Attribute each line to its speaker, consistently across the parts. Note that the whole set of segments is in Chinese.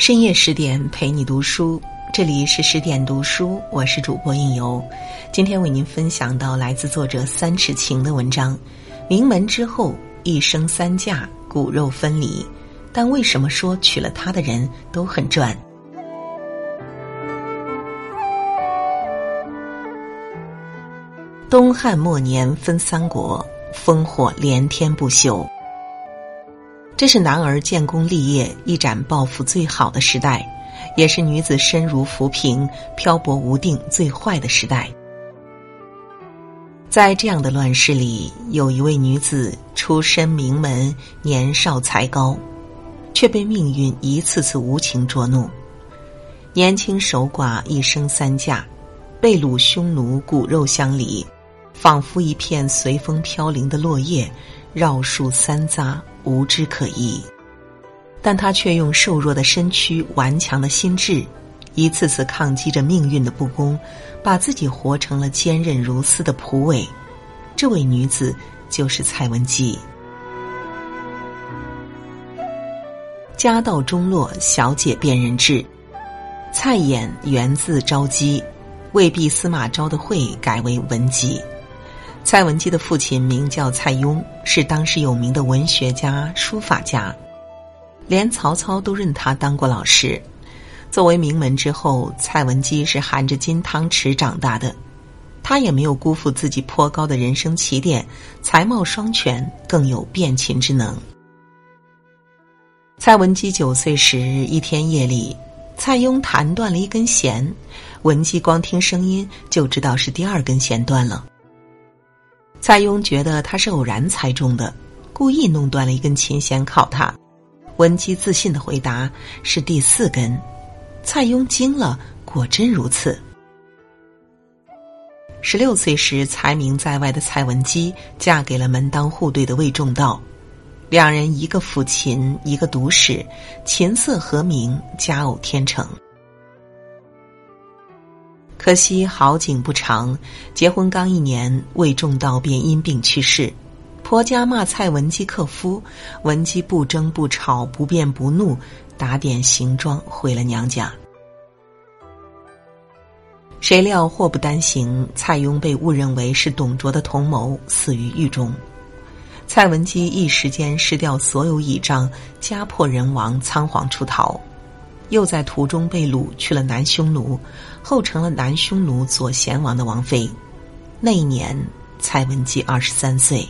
Speaker 1: 深夜10点陪你读书，这里是10点读书，我是主播应由。今天为您分享到来自作者三尺晴的文章，名门之后一生3嫁，骨肉分离，但为什么说娶了她的人都很赚？东汉末年分三国，烽火连天不休。这是男儿建功立业、一展抱负最好的时代，也是女子身如浮萍、漂泊无定最坏的时代。在这样的乱世里，有一位女子出身名门，年少才高，却被命运一次次无情捉弄。年轻守寡，一生3嫁，被掳匈奴，骨肉相离，仿佛一片随风飘零的落叶，绕树三匝，无枝可依。但他却用瘦弱的身躯、顽强的心智，一次次抗击着命运的不公，把自己活成了坚韧如丝的蒲苇。这位女子就是蔡文姬。家道中落，小姐辨认制。蔡琰源自昭姬，为避司马昭的讳改为文姬。蔡文姬的父亲名叫蔡邕，是当时有名的文学家、书法家，连曹操都认他当过老师。作为名门之后，蔡文姬是含着金汤匙长大的，她也没有辜负自己颇高的人生起点，才貌双全，更有辨琴之能。蔡文姬9岁时，一天夜里，蔡邕弹断了一根弦，文姬光听声音就知道是第2根弦断了。蔡邕觉得他是偶然猜中的，故意弄断了一根琴弦考他。文姬自信地回答是第4根。蔡邕惊了，果真如此。16岁时，才名在外的蔡文姬嫁给了门当户对的魏仲道，两人一个抚琴，一个读史，琴瑟和鸣，佳偶天成。可惜好景不长，结婚刚1年，魏仲道便因病去世。婆家骂蔡文姬克夫，文姬不争不吵，不辩不怒，打点行装回了娘家。谁料祸不单行，蔡邕被误认为是董卓的同谋，死于狱中。蔡文姬一时间失掉所有倚仗，家破人亡，仓皇出逃，又在途中被掳去了南匈奴，后成了南匈奴左贤王的王妃。那一年蔡文姬23岁。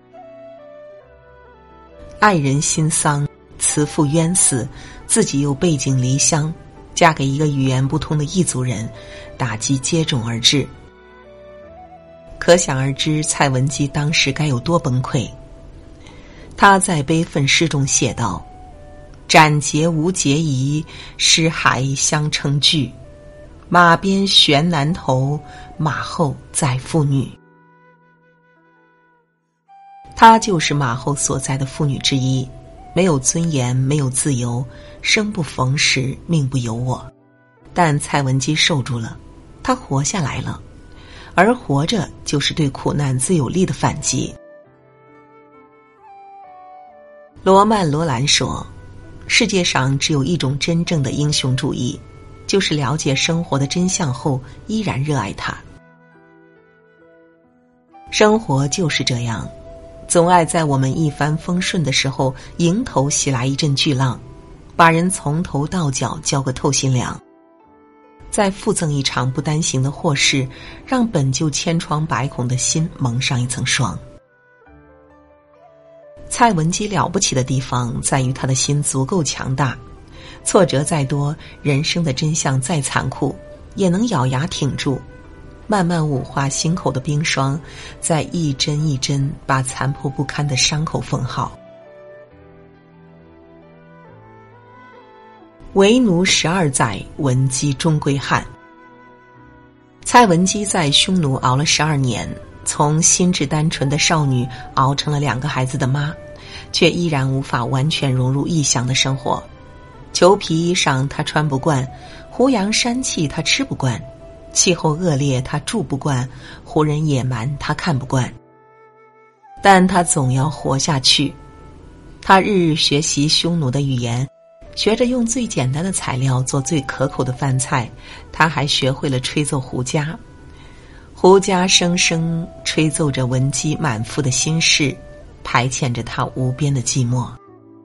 Speaker 1: 爱人心丧，慈父冤死，自己又背井离乡，嫁给一个语言不通的异族人，打击接踵而至。可想而知蔡文姬当时该有多崩溃。她在悲愤诗中写道：斩节无节仪，尸骸相称句，马鞭悬南头，马后载妇女。她就是马后所在的妇女之一，没有尊严，没有自由，生不逢时，命不由我。但蔡文姬受住了，她活下来了，而活着就是对苦难最有力的反击。罗曼·罗兰说，世界上只有一种真正的英雄主义，就是了解生活的真相后依然热爱它。生活就是这样，总爱在我们一帆风顺的时候迎头袭来一阵巨浪，把人从头到脚浇个透心凉，再附赠一场不单行的祸事，让本就千疮百孔的心蒙上一层霜。蔡文姬了不起的地方在于她的心足够强大，挫折再多，人生的真相再残酷，也能咬牙挺住，慢慢捂化心口的冰霜，再一针一针把残破不堪的伤口缝好。为奴12载，文姬终归汉。蔡文姬在匈奴熬了12年，从心智单纯的少女熬成了2个孩子的妈，却依然无法完全融入异乡的生活。裘皮衣裳她穿不惯，胡杨山气她吃不惯，气候恶劣她住不惯，胡人野蛮她看不惯。但她总要活下去。她日日学习匈奴的语言， 学着用最简单的材料做最可口的饭菜，他还学会了吹奏胡笳。胡笳声声吹奏着文姬满腹的心事，排遣着他无边的寂寞。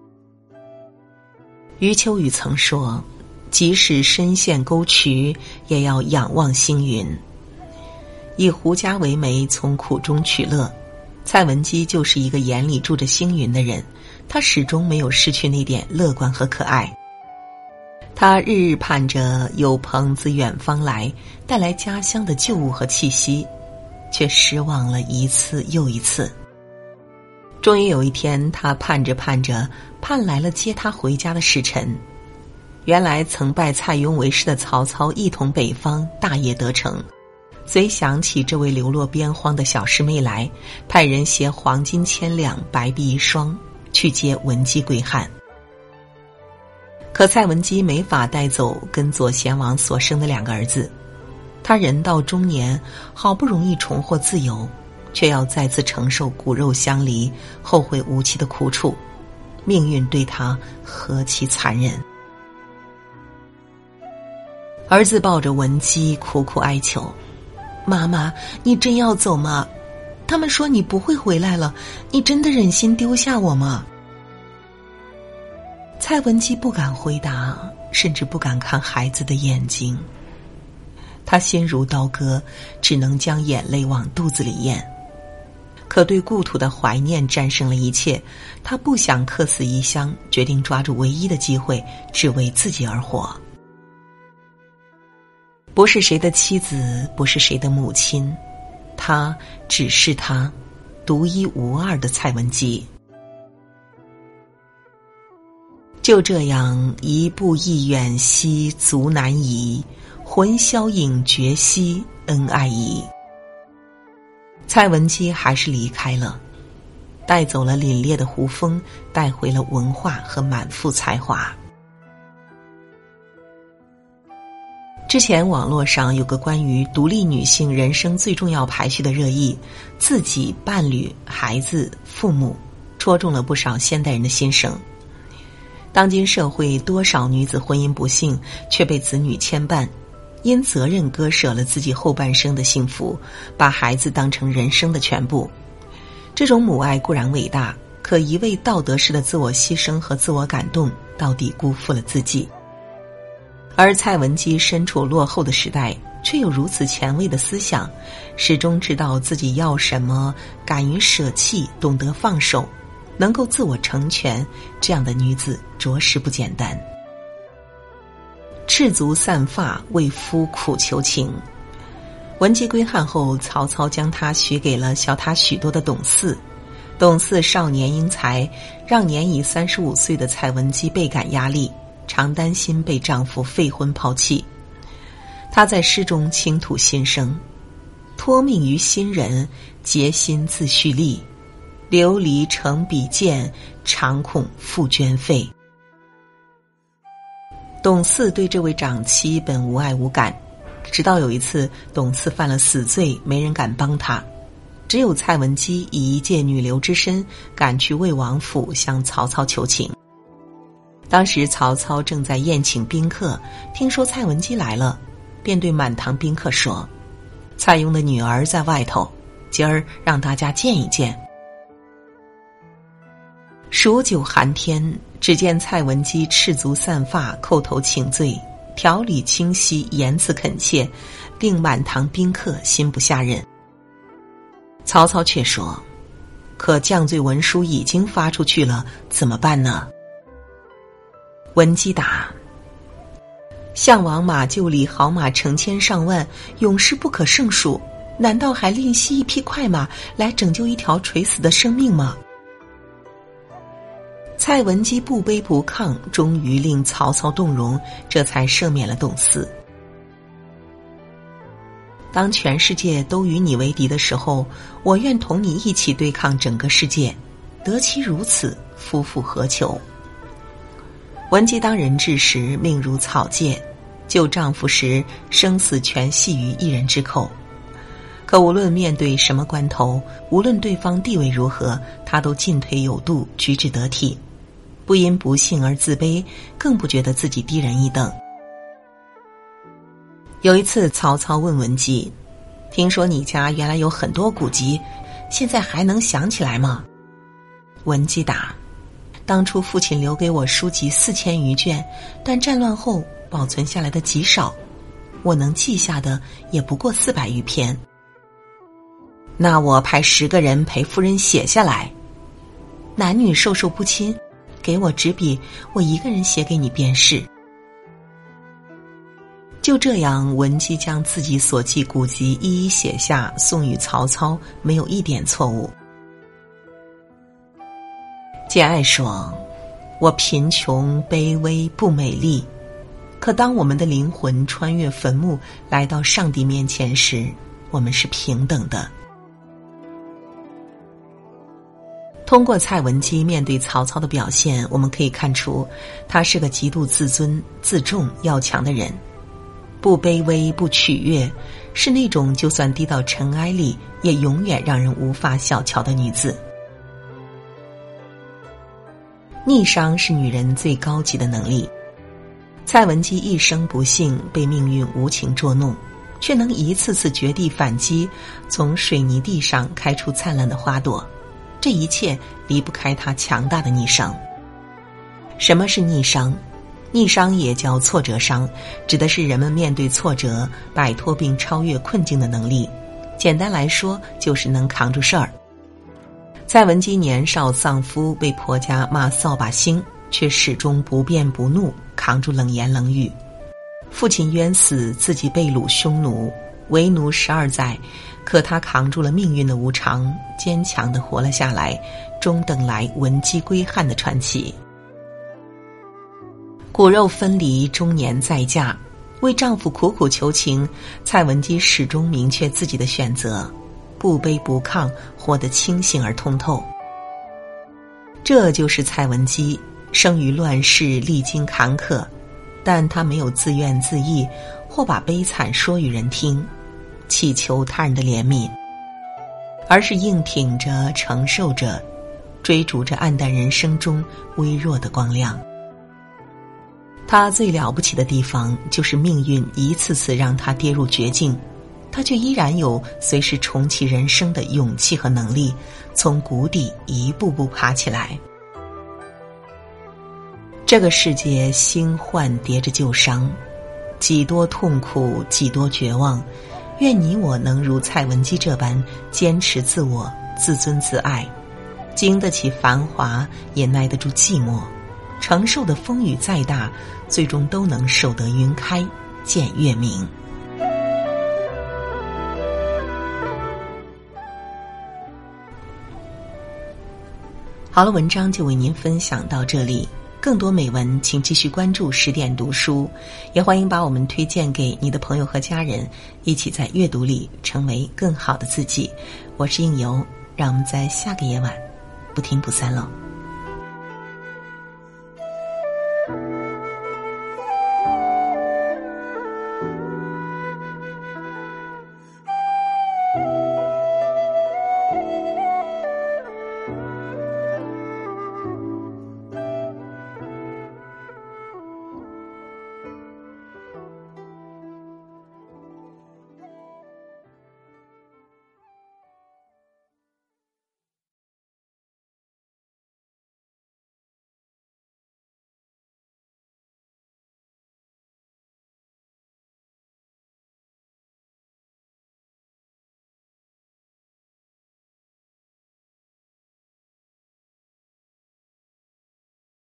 Speaker 1: 余秋雨曾说，即使身陷沟渠，也要仰望星云。以胡笳为媒，从苦中取乐。蔡文姬就是一个眼里住着星云的人，她始终没有失去那点乐观和可爱。她日日盼着有朋自远方来，带来家乡的旧物和气息，却失望了一次又一次。终于有一天，他盼着盼着，盼来了接他回家的使臣。原来曾拜蔡邕为师的曹操一统北方，大业得成，遂想起这位流落边荒的小师妹来，派人携黄金1000两、白璧1双去接文姬归汉。可蔡文姬没法带走跟左贤王所生的2个儿子，他人到中年，好不容易重获自由，却要再次承受骨肉相离、后会无期的苦楚，命运对他何其残忍。儿子抱着文姬苦苦哀求，妈妈，你真要走吗？他们说你不会回来了，你真的忍心丢下我吗？蔡文姬不敢回答，甚至不敢看孩子的眼睛。她心如刀割，只能将眼泪往肚子里咽。可对故土的怀念战胜了一切，她不想客死异乡，决定抓住唯一的机会，只为自己而活。不是谁的妻子，不是谁的母亲，她只是她，独一无二的蔡文姬。就这样，一步亦远兮足难移，魂消影绝兮恩爱移。蔡文姬还是离开了，带走了凛冽的胡风，带回了文化和满腹才华。之前网络上有个关于独立女性人生最重要排序的热议，自己、伴侣、孩子、父母，戳中了不少现代人的心声。当今社会，多少女子婚姻不幸，却被子女牵绊，因责任割舍了自己后半生的幸福，把孩子当成人生的全部。这种母爱固然伟大，可一味道德式的自我牺牲和自我感动，到底辜负了自己。而蔡文姬身处落后的时代，却有如此前卫的思想，始终知道自己要什么，敢于舍弃，懂得放手，能够自我成全，这样的女子着实不简单。赤足散发，为夫苦求情。文姬归汉后，曹操将她许给了小他许多的董嗣。董嗣少年英才，让年已35岁的蔡文姬倍感压力，常担心被丈夫废婚抛弃。她在诗中倾吐心声：托命于新人，竭心自蓄力，流离成比剑，常恐负捐费。董嗣对这位长妻本无爱无感，直到有一次董嗣犯了死罪，没人敢帮他，只有蔡文姬以一介女流之身赶去魏王府向曹操求情。当时曹操正在宴请宾客，听说蔡文姬来了，便对满堂宾客说：蔡邕的女儿在外头，今儿让大家见一见。数九寒天，只见蔡文姬赤足散发，叩头请罪，条理清晰，言辞恳切，令满堂宾客心不下忍。曹操却说：可降罪文书已经发出去了，怎么办呢？文姬答：项王马厩里好马成千上万，勇士不可胜数，难道还吝惜一匹快马来拯救一条垂死的生命吗？蔡文姬不卑不亢，终于令曹操动容，这才赦免了董嗣。当全世界都与你为敌的时候，我愿同你一起对抗整个世界，得其如此，夫复何求？文姬当人质时，命如草芥；救丈夫时，生死全系于一人之口。可无论面对什么关头，无论对方地位如何，她都进退有度，举止得体。 不因不幸而自卑，更不觉得自己低人一等。有一次，曹操问文姬：“听说你家原来有很多古籍，现在还能想起来吗？”文姬答：“当初父亲留给我书籍4000余卷，但战乱后保存下来的极少，我能记下的也不过400余篇。那我派10个人陪夫人写下来，男女授受不亲，给我纸笔，我一个人写给你便是。”就这样，文姬将自己所记古籍一一写下，送与曹操，没有一点错误。简爱说：“我贫穷卑微不美丽，可当我们的灵魂穿越坟墓来到上帝面前时，我们是平等的。”通过蔡文姬面对曹操的表现，我们可以看出他是个极度自尊自重要强的人，不卑微不取悦，是那种就算低到尘埃里也永远让人无法小瞧的女子。逆商是女人最高级的能力。蔡文姬一生不幸，被命运无情捉弄，却能一次次绝地反击，从水泥地上开出灿烂的花朵。这一切离不开她强大的逆商。什么是逆商？逆商也叫挫折商，指的是人们面对挫折摆脱并超越困境的能力。简单来说，就是能扛住事儿。蔡文姬年少丧夫，被婆家骂扫把星，却始终不变不怒，扛住冷言冷语。父亲冤死，自己被掳匈奴，为奴12载，可他扛住了命运的无常，坚强地活了下来，终等来文姬归汉的传奇。骨肉分离，中年再嫁，为丈夫苦苦求情，蔡文姬始终明确自己的选择，不卑不亢，活得清醒而通透。这就是蔡文姬，生于乱世，历经坎坷，但她没有自怨自艾，或把悲惨说与人听，祈求他人的怜悯，而是硬挺着承受着，追逐着暗淡人生中微弱的光亮。他最了不起的地方，就是命运一次次让他跌入绝境，他却依然有随时重启人生的勇气和能力，从谷底一步步爬起来。这个世界新患叠着旧伤，几多痛苦，几多绝望，愿你我能如蔡文姬这般坚持自我，自尊自爱，经得起繁华，也耐得住寂寞，承受的风雨再大，最终都能守得云开见月明。好了，文章就为您分享到这里，更多美文请继续关注10点读书，也欢迎把我们推荐给你的朋友和家人，一起在阅读里成为更好的自己。我是应由，让我们在下个夜晚不听不散喽。